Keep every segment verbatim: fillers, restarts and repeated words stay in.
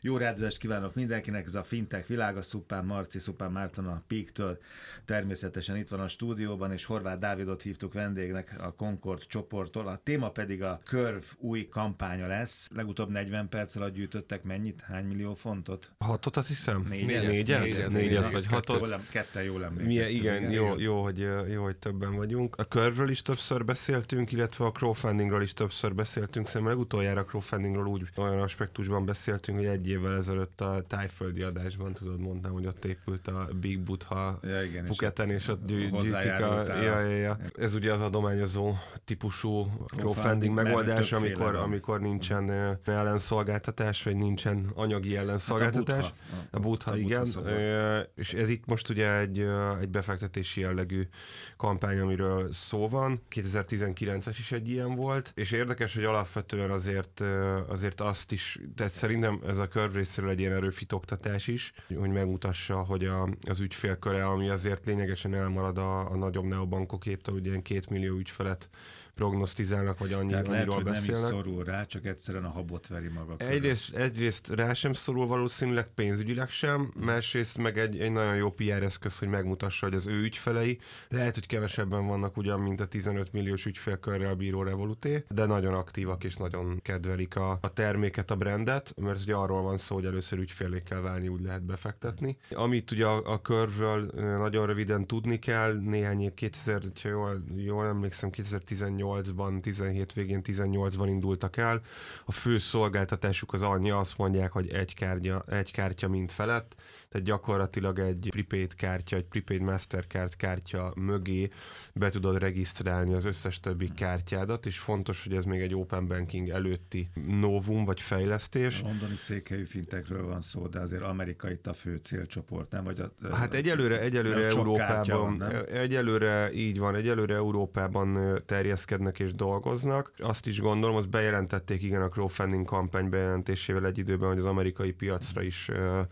Jó rádiózást kívánok mindenkinek, ez a Fintech világa, Szupán Marci, Szupán Márton a Peak-től. Természetesen itt van a stúdióban, és Horváth Dávidot hívtuk vendégnek a Concord csoporttól. A téma pedig a Curve új kampánya lesz. Legutóbb negyven perc alatt gyűjtöttek mennyit? Hány millió fontot? Hatot, azt hiszem? Négyet? Négyet? Négyet, négyet vagy hatot. Ketten jól emlékeztünk. Igen, jó, jó, hogy, jó, hogy többen vagyunk. A Curve-ről is többször beszéltünk, illetve a crowdfundingról is többször beszéltünk. Szerintem legutoljára a crowdfundingról úgy olyan aspektusban beszéltünk, hogy egy évvel ezelőtt a tájföldi adásban, tudod, mondtam, hogy ott épült a Big Butha ja, igen, Phuketen, és ott gyűjtik a... Ja, ja, ja. Ez ugye az adományozó típusú crowdfunding megoldás, amikor, amikor nincsen ellenszolgáltatás, vagy nincsen anyagi ellenszolgáltatás. Hát a Butha, a Butha igen. Butha és ez itt most ugye egy, egy befektetési jellegű kampány, amiről szó van. kétezer-tizenkilences is egy ilyen volt, és érdekes, hogy alapvetően azért, azért azt is, tehát szerintem ez a Curve részéről egy ilyen erőfitoktatás is, hogy megmutassa, hogy a, az ügyfélköre, ami azért lényegesen elmarad a, a nagyobb neobankokétől, ugye ilyen két millió ügyfelet prognosztizálnak, vagy annyi, tehát lehet, annyiról hogy beszélnek. Nem is szorul rá, csak egyszerűen a habot veri maga. Egyrészt, egyrészt rá sem szorul valószínűleg pénzügyileg sem, másrészt meg egy, egy nagyon jó pé er eszköz, hogy megmutassa, hogy az ő ügyfelei lehet, hogy kevesebben vannak ugyan, mint a tizenöt milliós ügyfélkörrel bíró Revoluté, de nagyon aktívak és nagyon kedvelik a, a terméket, a brandet, mert ugye arról van szó, hogy először ügyfélé kell válni, úgy lehet befektetni. Amit ugye a, a Curve-ről nagyon röviden tudni kell, néhány év kétezer, ha jól, jól emlékszem, kétezer-tizennyolcban, tizenhét végén, tizennyolcban indultak el. A fő szolgáltatásuk az annyi, azt mondják, hogy egy kártya, egy kártya mind felett, tehát gyakorlatilag egy prepaid kártya, egy prepaid Mastercard kártya mögé be tudod regisztrálni az összes többi kártyádat, és fontos, hogy ez még egy open banking előtti novum vagy fejlesztés. A londoni székhelyű fintekről van szó, de azért Amerika itt a fő célcsoport, nem? Vagy a, hát egyelőre, egyelőre Európában, van, egyelőre így van, egyelőre Európában terjeszkednek és dolgoznak. Azt is gondolom, azt bejelentették igen a crowdfunding kampány bejelentésével egy időben, hogy az amerikai piacra is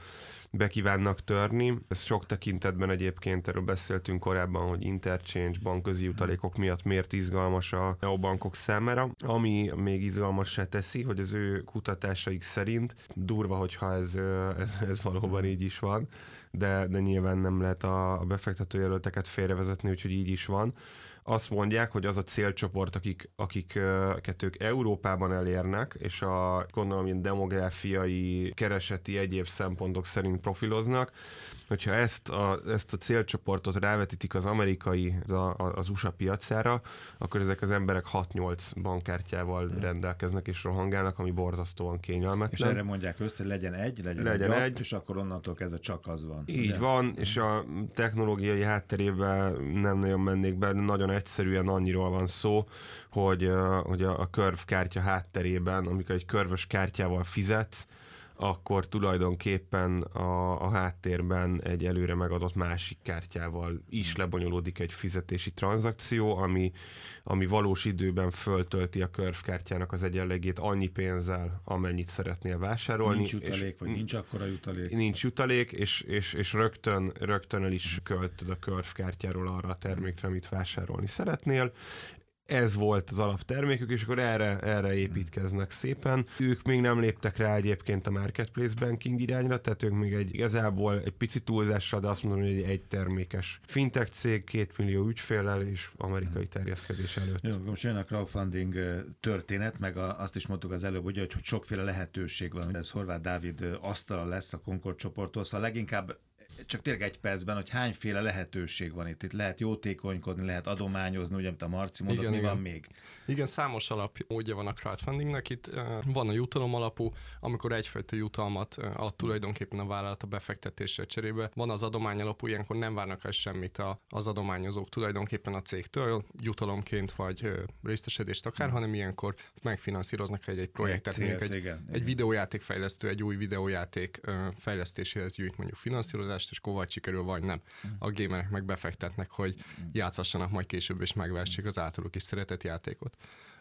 be kívánnak törni. Ez sok tekintetben egyébként, erről beszéltünk korábban, hogy interchange, bankközi jutalékok miatt miért izgalmas a neobankok számára. Ami még izgalmassá teszi, hogy az ő kutatásaik szerint, durva, hogyha ez, ez, ez valóban így is van, de, de nyilván nem lehet a, a befektetőjelölteket félrevezetni, úgyhogy így is van. Azt mondják, hogy az a célcsoport, akik, akiket ők Európában elérnek, és a gondolom ilyen demográfiai, kereseti, egyéb szempontok szerint profiloznak, hogyha ezt a, ezt a célcsoportot rávetítik az amerikai, az, a, az u es á piacára, akkor ezek az emberek hat-nyolc bankkártyával hmm. rendelkeznek és rohangálnak, ami borzasztóan kényelmetlen. És erre mondják össze, hogy legyen egy, legyen, legyen egy, egy, és akkor onnantól kezdve csak az van. Így ugye? van, és a technológiai hátterében nem nagyon mennék be, de nagyon egyszerűen annyiról van szó, hogy, hogy a, a Curve kártya hátterében, amikor egy Curve-ös kártyával fizetsz, akkor tulajdonképpen a, a háttérben egy előre megadott másik kártyával is lebonyolódik egy fizetési tranzakció, ami, ami valós időben föltölti a Curve kártyának az egyenlegét annyi pénzzel, amennyit szeretnél vásárolni. Nincs jutalék, vagy nincs akkora jutalék. Nincs jutalék, és, és, és rögtön, rögtön el is költöd a Curve kártyáról arra a termékre, amit vásárolni szeretnél. Ez volt az alaptermékük, és akkor erre, erre építkeznek szépen. Ők még nem léptek rá egyébként a marketplace banking irányra, tehát ők még egy igazából egy pici túlzással, de azt mondom, hogy egy egytermékes fintech cég, két millió ügyféllel és amerikai terjeszkedés előtt. Jó, most jön a crowdfunding történet, meg a, azt is mondtuk az előbb, ugye, hogy sokféle lehetőség van. Ez Horváth Dávid asztala lesz a Concord csoporttól, szóval leginkább csak tényleg egy percben, hogy hányféle lehetőség van itt. Itt lehet jótékonykodni, lehet adományozni, ugye, amit a Marci mondott, igen, mi igen. van még? Igen, számos alapmódja van a crowdfundingnek. Itt uh, van a jutalom alapú, amikor egyfajta jutalmat uh, ad tulajdonképpen a vállalat a befektetésre cserébe. Van az adomány alapú, ilyenkor nem várnak el semmit a, az adományozók tulajdonképpen a cégtől, jutalomként vagy uh, részesedést akár, hmm. hanem ilyenkor megfinanszíroznak egy, egy projektet, egy, célt, egy, igen, egy igen. videójátékfejlesztő, egy új videójáték uh, fejlesztéséhez gyűjt mondjuk finanszírozást, és kovács sikerül, vagy nem. A gamerek meg befektetnek, hogy játszassanak majd később, és megvessék az általuk is szeretett játékot.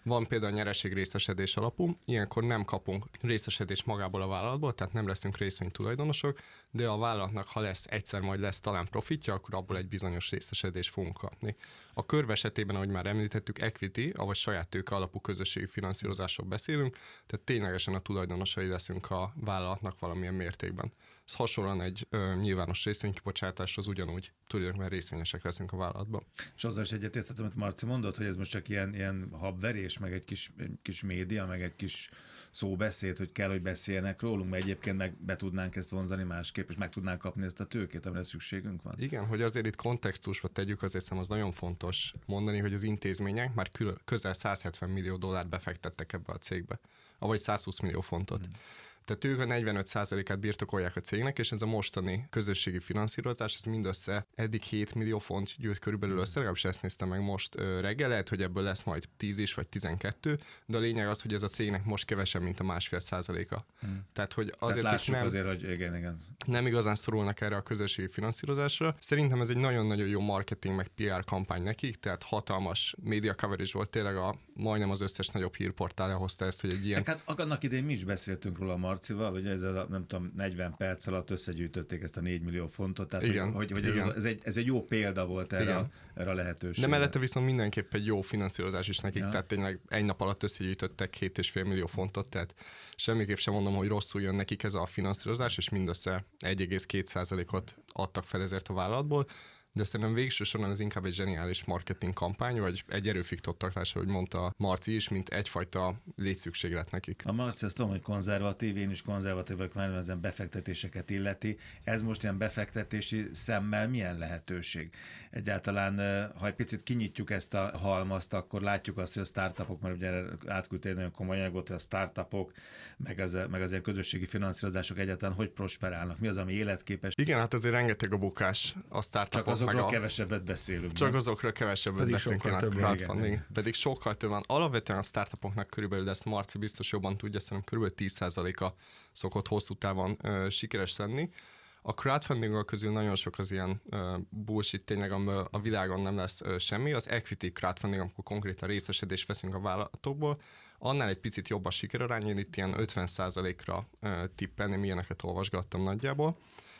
Van például nyereség részesedés alapú, ilyenkor nem kapunk részesedést magából a vállalatból, tehát nem leszünk részvénytulajdonosok, de a vállalatnak, ha lesz egyszer majd lesz talán profitja, akkor abból egy bizonyos részesedést fogunk kapni. A körv esetében, ahogy már említettük, equity, avagy saját tőke alapú közösségi finanszírozásról beszélünk, tehát ténylegesen a tulajdonosai leszünk a vállalatnak valamilyen mértékben. Ez hasonlóan egy ö, nyilvános részvénykibocsátáshoz ugyanúgy tulajdonképpen részvényesek leszünk a vállalatban. És azzal is egyetértettem, amit Marci mondott, hogy ez most csak ilyen, ilyen habverés, meg egy kis, egy kis média, meg egy kis szóbeszéd, hogy kell, hogy beszéljenek rólunk, mert egyébként meg be tudnánk ezt vonzani másképp, és meg tudnánk kapni ezt a tőkét, amire szükségünk van. Igen, hogy azért itt kontextusba tegyük, azért hiszem az nagyon fontos mondani, hogy az intézmények már közel száz hetven millió dollárt befektettek ebbe a cégbe, avagy száz húsz millió fontot. Hmm. Tehát ők a negyvenöt százalékát birtokolják a cégnek, és ez a mostani közösségi finanszírozás, ez mindössze eddig hét millió font gyűjt körülbelül össze, legalábbis ezt néztem meg most reggel, lehet, hogy ebből lesz majd tíz is, vagy tizenkettő, de a lényeg az, hogy ez a cégnek most kevesebb, mint a másfél százaléka. Hmm. Tehát, hogy azért, Tehát nem, azért, hogy igen, igen. nem igazán szorulnak erre a közösségi finanszírozásra. Szerintem ez egy nagyon-nagyon jó marketing, meg pé er kampány nekik, tehát hatalmas media coverage volt, tényleg a, majdnem az összes nagyobb hírportálja hozta ezt, hogy egy ilyen... Hát annak idején mi is beszéltünk róla a Marcival, hogy ez a, nem tudom, negyven perc alatt összegyűjtötték ezt a négy millió fontot, tehát igen, hogy, hogy igen. Ez, ez, egy, ez egy jó példa volt erre, a, erre a lehetőségre. De mellette viszont mindenképp egy jó finanszírozás is nekik, ja. Tehát tényleg egy nap alatt összegyűjtöttek hét egész öt millió fontot, tehát semmiképp sem mondom, hogy rosszul jön nekik ez a finanszírozás, és mindössze egy egész két százalékot adtak fel ezért a vállalatból. De szerintem végső soron ez inkább egy zseniális marketing kampány, vagy egy erőfiktottaklás, ahogy mondta Marci is, mint egyfajta létszükséglet nekik. A Marci azt tudom, hogy konzervatív, én is konzervatív vagyok, már ezen befektetéseket illeti. Ez most ilyen befektetési szemmel milyen lehetőség? Egyáltalán, ha egy picit kinyitjuk ezt a halmazt, akkor látjuk azt, hogy a startupok, mert ugye átküldtél egy nagyon komoly anyagot, hogy a startupok, meg az, meg az ilyen közösségi finanszírozások egyáltalán hogy prosperálnak? Mi az, ami életképes? Igen, hát azért rengeteg a bukás a startupok. Azokról a... kevesebbet beszélünk. Csak nem? Azokról kevesebbet pedig beszélünk a crowdfunding. Igen. Pedig sokkal több van. Alapvetően a startupoknak körülbelül, de ezt Marci biztos jobban tudja, szerintem körülbelül tíz százaléka szokott hosszú távon ö, sikeres lenni. A crowdfundingok közül nagyon sok az ilyen ö, bullshit tényleg, amiben a világon nem lesz ö, semmi. Az equity crowdfunding, amikor konkrétan részesedést veszünk a vállalatokból, annál egy picit jobb a sikerarány, én itt ilyen ötven százalékra ö, tippelni, ilyeneket olvasgattam nagyjából.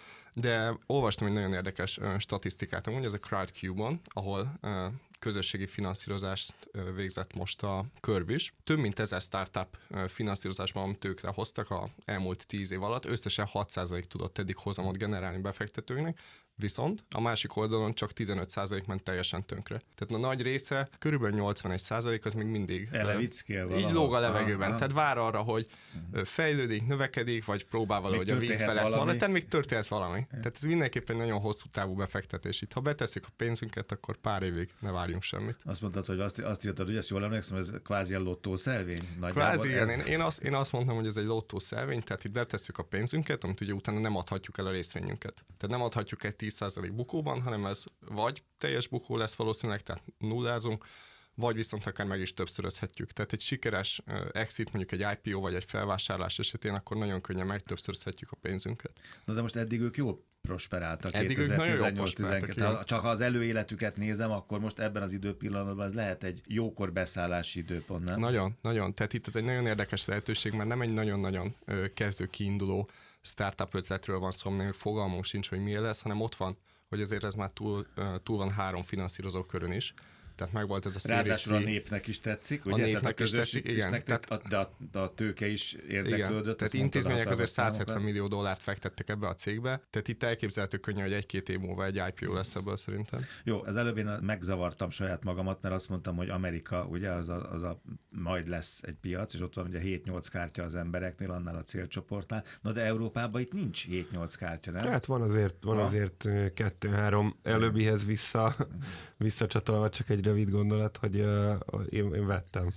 De olvastam egy nagyon érdekes ö, statisztikát, amúgy ez a CrowdCube-on, ahol ö, közösségi finanszírozást ö, végzett most a Körv is. Több mint ezer startup ö, finanszírozásban, amit ők lehoztak a elmúlt tíz év alatt, összesen hat százalék tudott eddig hozamot generálni befektetőknek, viszont a másik oldalon csak tizenöt százalék ment teljesen tönkre. Tehát a nagy része, körülbelül nyolcvanegy százalék az még mindig Elevickél így lóg a levegőben. Aha. Tehát vár arra, hogy fejlődik, növekedik, vagy próbál valahogy a víz felett valami. Tehát még történhet valami. Ja. Tehát ez mindenképpen nagyon hosszú távú befektetés. Itt, ha betesszük a pénzünket, akkor pár évig ne várjunk semmit. Azt mondtad, hogy azt, azt írtad, hogy ezt jól emlékszem, ez kvázi a lottószelvény? Kvázi, igen. Én, én, azt, én azt mondtam, hogy ez egy lottószelvény, tehát itt betesszük a pénzünket, amit ugye utána nem adhatjuk el a részvényünket. Tehát nem adhatjuk egy tíz százalék bukóban, hanem ez vagy teljes bukó lesz valószínűleg, tehát nullázunk, vagy viszont akár meg is többszörözhetjük. Tehát egy sikeres uh, exit, mondjuk egy i pé o vagy egy felvásárlás esetén, akkor nagyon könnyen meg többszörözhetjük a pénzünket. Na de most eddig ők jól prosperáltak. Eddig ők nagyon jól prosperáltak. Csak ha az előéletüket nézem, akkor most ebben az időpillanatban ez lehet egy jókor beszállási időpont, nem? Nagyon, nagyon. Tehát itt ez egy nagyon érdekes lehetőség, mert nem egy nagyon-nagyon uh, kezdő kiinduló startup ötletről van szó, még fogalmunk sincs, hogy milyen lesz, hanem ott van, hogy azért ez már túl, uh, túl van három finanszírozó körön is. Tehát megvolt ez a Series C. Ráadásul a népnek is tetszik, ugye? A népnek a is tetszik, igen. Tehát, a, de, a, de a tőke is érdeklődött. Igen, tehát intézmények azért száz hetven millió dollárt fektettek ebbe a cégbe, tehát itt elképzelhető könnyen, hogy egy-két év múlva egy i pé o lesz ebből szerintem. Jó, az előbb én megzavartam saját magamat, mert azt mondtam, hogy Amerika, ugye, az a, az a majd lesz egy piac, és ott van ugye hét-nyolc kártya az embereknél, annál a célcsoportnál. Na de Európában itt nincs hét-nyolc kártya, nem? Hát van azért, van azért kettő-három előbbihez vissza, visszacsatolva, csak egy rövid gondolat, hogy uh, én, én vettem.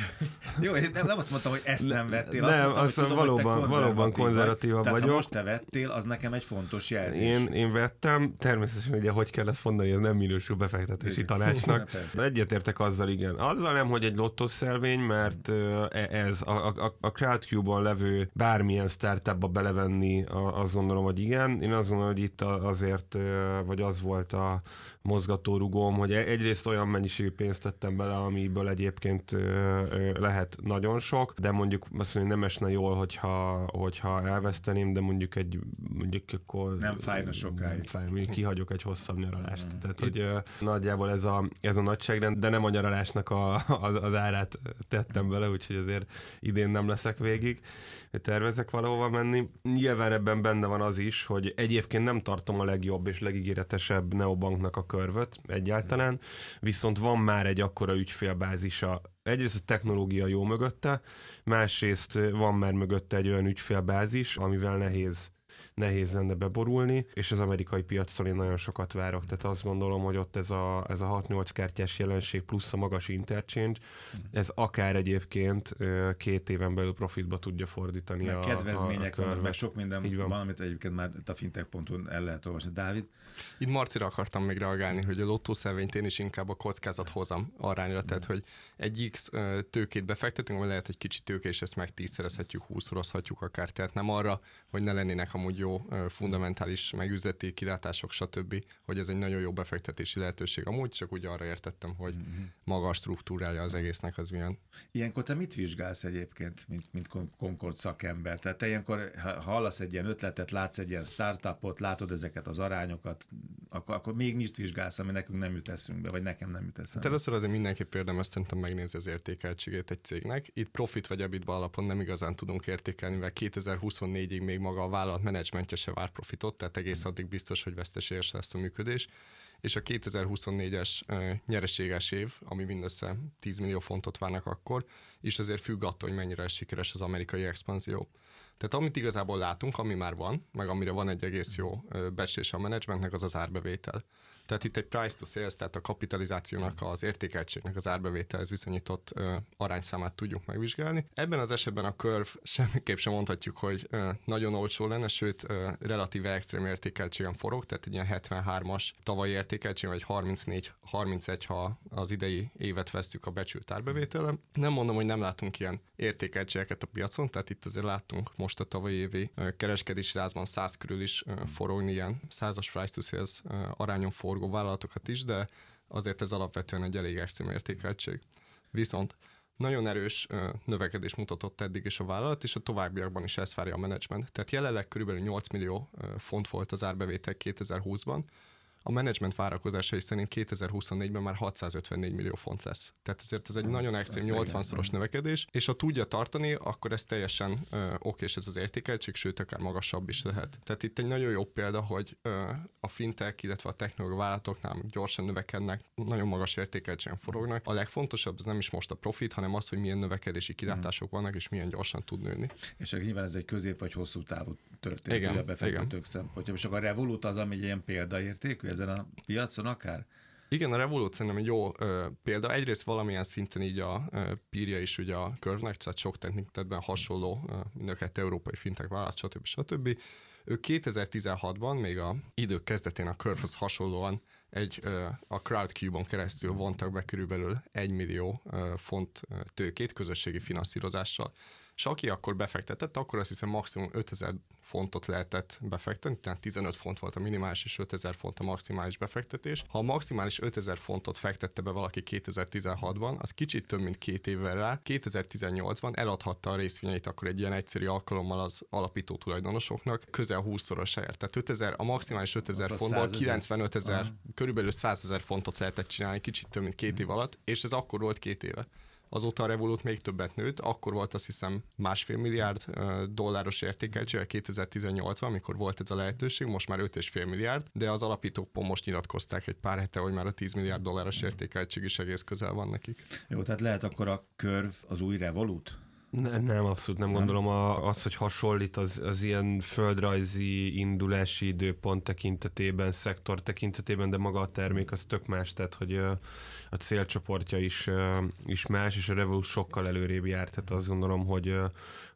Jó, én nem, nem azt mondtam, hogy ezt nem vettél. Azt nem, mondtam, azt hogy tudom, valóban, hogy valóban konzervatívabb vagy. vagyok. Tehát ha most te vettél, az nekem egy fontos jelzés. Én, én vettem, természetesen ugye, hogy kell ezt mondani, ez nem minősül befektetési tanácsnak. Egyetértek azzal, igen. Azzal nem, hogy egy lottoszelvény, mert ez a, a, a CrowdCube-on levő bármilyen startupba belevenni, azt gondolom, hogy igen. Én azt gondolom, hogy itt azért, vagy az volt a mozgatórugóm, hogy egyrészt olyan mennyiségű pénzt tettem bele, amiből egyébként lehet nagyon sok, de mondjuk azt mondja, nem esne jól, hogyha, hogyha elveszteném, de mondjuk egy mondjuk akkor... Nem fájna sokáig. Nem fáj, mondjuk kihagyok egy hosszabb nyaralást. Mm. Tehát, hogy uh, nagyjából ez a, ez a nagyságrend, de nem a nyaralásnak a, az, az árát tettem bele, úgyhogy azért idén nem leszek végig. Tervezek valahova menni. Nyilván ebben benne van az is, hogy egyébként nem tartom a legjobb és legígéretesebb neobanknak a körvöt egyáltalán, viszont van már egy akkora ügyfélbázisa. Egyrészt a technológia jó mögötte, másrészt van már mögötte egy olyan ügyfélbázis, amivel nehéz nehéz lenne beborulni, és az amerikai piactól én nagyon sokat várok. Tehát azt gondolom, hogy ott ez a, ez a hat-nyolc kártyás jelenség plusz a magas interchange, ez akár egyébként két éven belül profitba tudja fordítani meg a kedvezmények a, a vannak, meg sok minden van. van, amit egyébként már a fintech ponton el lehet olvasni. Dávid? Itt Marcira akartam még reagálni, hogy a lottószelvényt én is inkább a kockázat hozam arányra, tehát hogy egy X tőkét befektetünk, vagy lehet egy kicsit tőke, és ezt meg tízszerezhetjük, húszszorozhatjuk akár, tehát nem arra, hogy ne lennének amúgy jó fundamentális, meg üzleti kilátások, stb., hogy ez egy nagyon jó befektetési lehetőség. Amúgy csak úgy arra értettem, hogy maga a struktúrája az egésznek az milyen. Ilyenkor te mit vizsgálsz egyébként, mint, mint Concord szakember? Tehát te ilyenkor, ha hallasz egy ilyen ötletet, látsz egy ilyen startupot, látod ezeket az arányokat, akkor, akkor még mit vizsgálsz, ami nekünk nem jut eszünkbe, vagy nekem nem jut eszünkbe? Hát először azért mindenképp érdemes szerintem megnézni az értékeltségét egy cégnek. Itt profit vagy EBITDA alapon nem igazán tudunk értékelni, mert kétezer-huszonnégyig még maga a vállalat menedzsmentje se vár profitot, tehát egész addig biztos, hogy veszteséges lesz a működés. És a kétezer-huszonnégyes uh, nyereséges év, ami mindössze tíz millió fontot várnak akkor, és azért függ attól, hogy mennyire sikeres az amerikai expanzió. Tehát amit igazából látunk, ami már van, meg amire van egy egész jó uh, becslés a menedzsmentnek, az az árbevétel. Tehát itt egy price to sales, tehát a kapitalizációnak, az értékeltségnek az árbevételhez viszonyított ö, arányszámát tudjuk megvizsgálni. Ebben az esetben a curve semmiképp sem mondhatjuk, hogy ö, nagyon olcsó lenne, sőt ö, relatíve extrém értékeltségen forog, tehát egy ilyen hetvenhármas tavalyi értékeltség, vagy harmincnégy harmincegy, ha az idei évet vesztük a becsült árbevétele. Nem mondom, hogy nem látunk ilyen értékeltségeket a piacon, tehát itt azért láttunk most a tavalyi évi ö, kereskedési lázban száz körül is ö, forogni ilyen százas price to sales ö, arányon forgó vállalatokat is, de azért ez alapvetően egy elég extrém értékeltség. Viszont nagyon erős ö, növekedés mutatott eddig is a vállalat, és a továbbiakban is ezt várja a menedzsment. Tehát jelenleg körülbelül nyolc millió ö, font volt az árbevétel kétezer-húszban, a menedzsment várakozásai szerint kétezer-huszonnégyben már hatszázötvennégy millió font lesz. Tehát ezért ez egy nagyon extrém nyolcvanszoros növekedés, és ha tudja tartani, akkor ez teljesen ö, okés ez az értékeltség, sőt, akár magasabb is lehet. Tehát itt egy nagyon jó példa, hogy ö, a fintech, illetve a technológiai vállalatoknál gyorsan növekednek, nagyon magas értékeltségen forognak. A legfontosabb az nem is most a profit, hanem az, hogy milyen növekedési kilátások vannak, és milyen gyorsan tud nőni. És nyilván ez egy közép vagy hosszú távú történet, a befektetők szempontjából. És akkor a Revolut az, ami egy ilyen példaértékű ezen a piacon akár? Igen, a Revolut szerintem egy jó ö, példa. Egyrészt valamilyen szinten így a ö, pírja is ugye a Curve-nek, tehát sok tekintetben hasonló, ö, mind a kettő európai fintech vállalat, stb. stb. Ők kétezer-tizenhatban, még a idők kezdetén a Curve-hoz hasonlóan egy, ö, a Crowdcube-on keresztül vontak be körülbelül egy millió ö, font ö, tőkét közösségi finanszírozással. És aki akkor befektetett, akkor azt hiszem maximum ötezer fontot lehetett befektetni, tehát tizenöt font volt a minimális, és ötezer font a maximális befektetés. Ha a maximális ötezer fontot fektette be valaki kétezer-tizenhatban, az kicsit több, mint két évvel rá, kétezer-tizennyolcban eladhatta a részvényeit akkor egy ilyen egyszerű alkalommal az alapító tulajdonosoknak közel húszszorosáért. Tehát ötezer, a maximális ötezer fontból kilencvenöt ezer, körülbelül százezer fontot lehetett csinálni, kicsit több, mint két év alatt, és ez akkor volt két éve. Azóta a Revolut még többet nőtt, akkor volt azt hiszem másfél milliárd dolláros értékeltsége kétezer-tizennyolcban, amikor volt ez a lehetőség, most már öt egész öt milliárd, de az alapítók pont most nyilatkozták egy pár hete, hogy már a tíz milliárd dolláros értékeltség is egész közel van nekik. Jó, tehát lehet akkor a Curve az új Revolut? Ne, nem, abszolút nem, nem. gondolom. A, az, hogy hasonlít, az, az ilyen földrajzi indulási időpont tekintetében, szektor tekintetében, de maga a termék az tök más, tehát hogy a célcsoportja is, is más, és a Revolut sokkal előrébb járt, tehát azt gondolom, hogy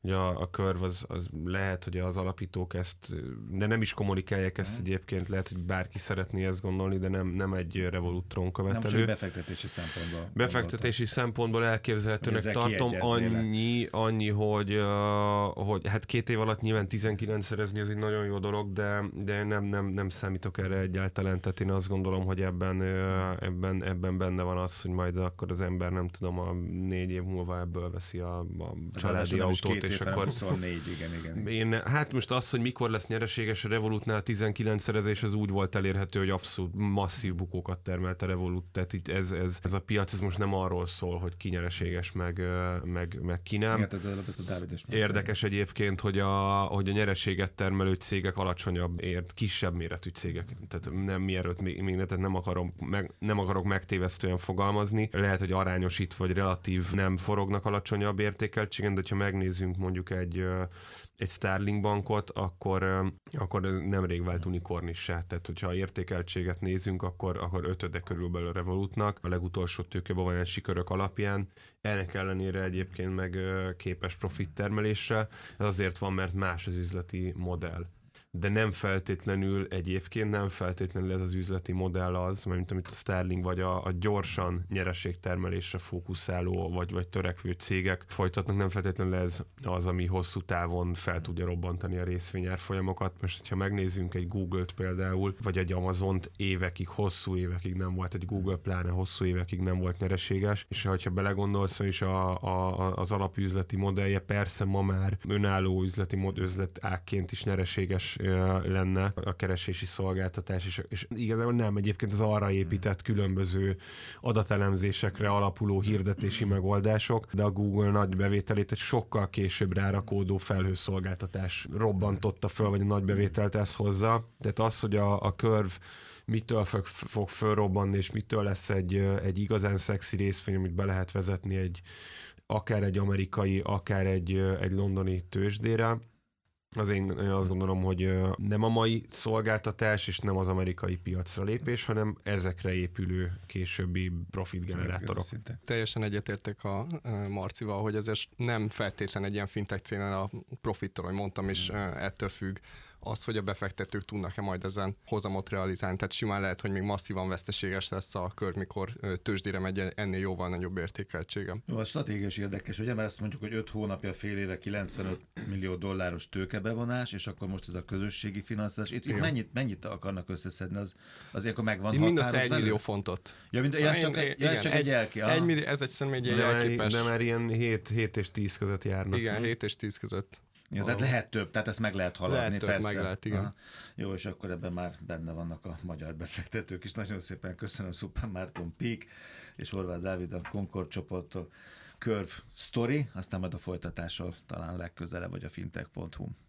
hogy a, a Curve az, az lehet, hogy az alapítók ezt, de nem is kommunikálják ezt mm. egyébként, lehet, hogy bárki szeretné ezt gondolni, de nem, nem egy Revolut trónkövetelő. Nem befektetési szempontból. Befektetési gondoltam. szempontból elképzelhetőnek tartom, annyi, annyi hogy, uh, hogy hát két év alatt nyilván tizenkilenc szerezni, ez egy nagyon jó dolog, de, de nem, nem, nem számítok erre egyáltalán, tehát én azt gondolom, hogy ebben, uh, ebben, ebben benne van az, hogy majd akkor az ember nem tudom, a négy év múlva ebből veszi a, a családi autót, és akkor... huszonnégy, igen, igen. Én, hát most az, hogy mikor lesz nyereséges a Revolutnál tizenkilenc szerezés, az úgy volt elérhető, hogy abszolút masszív bukókat termelt a Revolut, tehát itt ez, ez, ez a piac, ez most nem arról szól, hogy ki nyereséges, meg, meg, meg ki nem. Igen, ez a, ez a Dávid Érdekes egyébként, hogy a, hogy a nyereséget termelő cégek alacsonyabb, ért, kisebb méretű cégek. Tehát nem mielőtt még, még tehát nem, akarom, meg, nem akarok megtévesztően fogalmazni. Lehet, hogy arányosít vagy relatív nem forognak alacsonyabb értékeltségen, de ha megnézzünk mondjuk egy, egy Starling bankot, akkor, akkor nemrég vált unikornissá. Tehát, hogyha értékeltséget nézünk, akkor, akkor ötöde körülbelül a Revolutnak, a legutolsó tőkebevonzási körök alapján. Ennek ellenére egyébként meg képes profit termelésre. Ez azért van, mert más az üzleti modell. De nem feltétlenül egyébként, nem feltétlenül ez az üzleti modell az, mint amit a Starling vagy a, a gyorsan nyereségtermelésre fókuszáló vagy, vagy törekvő cégek folytatnak, nem feltétlenül ez az, ami hosszú távon fel tudja robbantani a részvényárfolyamokat. Most, ha megnézzünk egy Google-t például, vagy egy Amazont, évekig, hosszú évekig nem volt, egy Google pláne hosszú évekig nem volt nyereséges, és ha belegondolsz, is a, a, az alapüzleti modellje persze ma már önálló üzleti mod, üzletágként is nyereséges lenne a keresési szolgáltatás, és, és igazából nem, egyébként az arra épített különböző adatelemzésekre alapuló hirdetési megoldások, de a Google nagy bevételét egy sokkal később rárakódó felhőszolgáltatás robbantotta föl, vagy a nagy bevételt ez hozza. Tehát az, hogy a, a Curve mitől fog, fog fölrobbanni, és mitől lesz egy, egy igazán szexi részvény, amit be lehet vezetni egy akár egy amerikai, akár egy, egy londoni tőzsdére, az én, én azt gondolom, hogy nem a mai szolgáltatás és nem az amerikai piacra lépés, hanem ezekre épülő későbbi profitgenerátorok. Teljesen egyetértek a Marcival, hogy ezért nem feltétlen egy ilyen fintech célen a profittól, hogy mondtam, és ettől függ az, hogy a befektetők tudnak-e majd ezen hozamot realizálni. Tehát simán lehet, hogy még masszívan veszteséges lesz a kör, mikor tőzsdére megy ennél jóval nagyobb értékeltsége. Jó, a stratégiai érdekes, ugye, mert azt mondjuk, hogy öt hónapja, fél éve kilencvenöt millió dolláros tőkebevonás, és akkor most ez a közösségi finanszírozás. Itt, itt mennyit, mennyit akarnak összeszedni? Az, az akkor megvan határozva? Mindössze egy millió fontot. Ja, mind, ja, csak, én, ja, igen, csak egy, egy jelki. Egy millió, ez egy szerintem egy jelképes. De már ilyen hét és tíz között járnak. Igen, hét és tíz között. Ja, tehát lehet több, tehát ezt meg lehet haladni, lehet több, persze. Meg lehet, igen. Aha. Jó, és akkor ebben már benne vannak a magyar befektetők is. Nagyon szépen köszönöm Szupán Márton Peak és Horváth Dávid a Concord csoporttól. Curve Story, aztán majd a folytatásról talán legközelebb, vagy a fintech pont hu.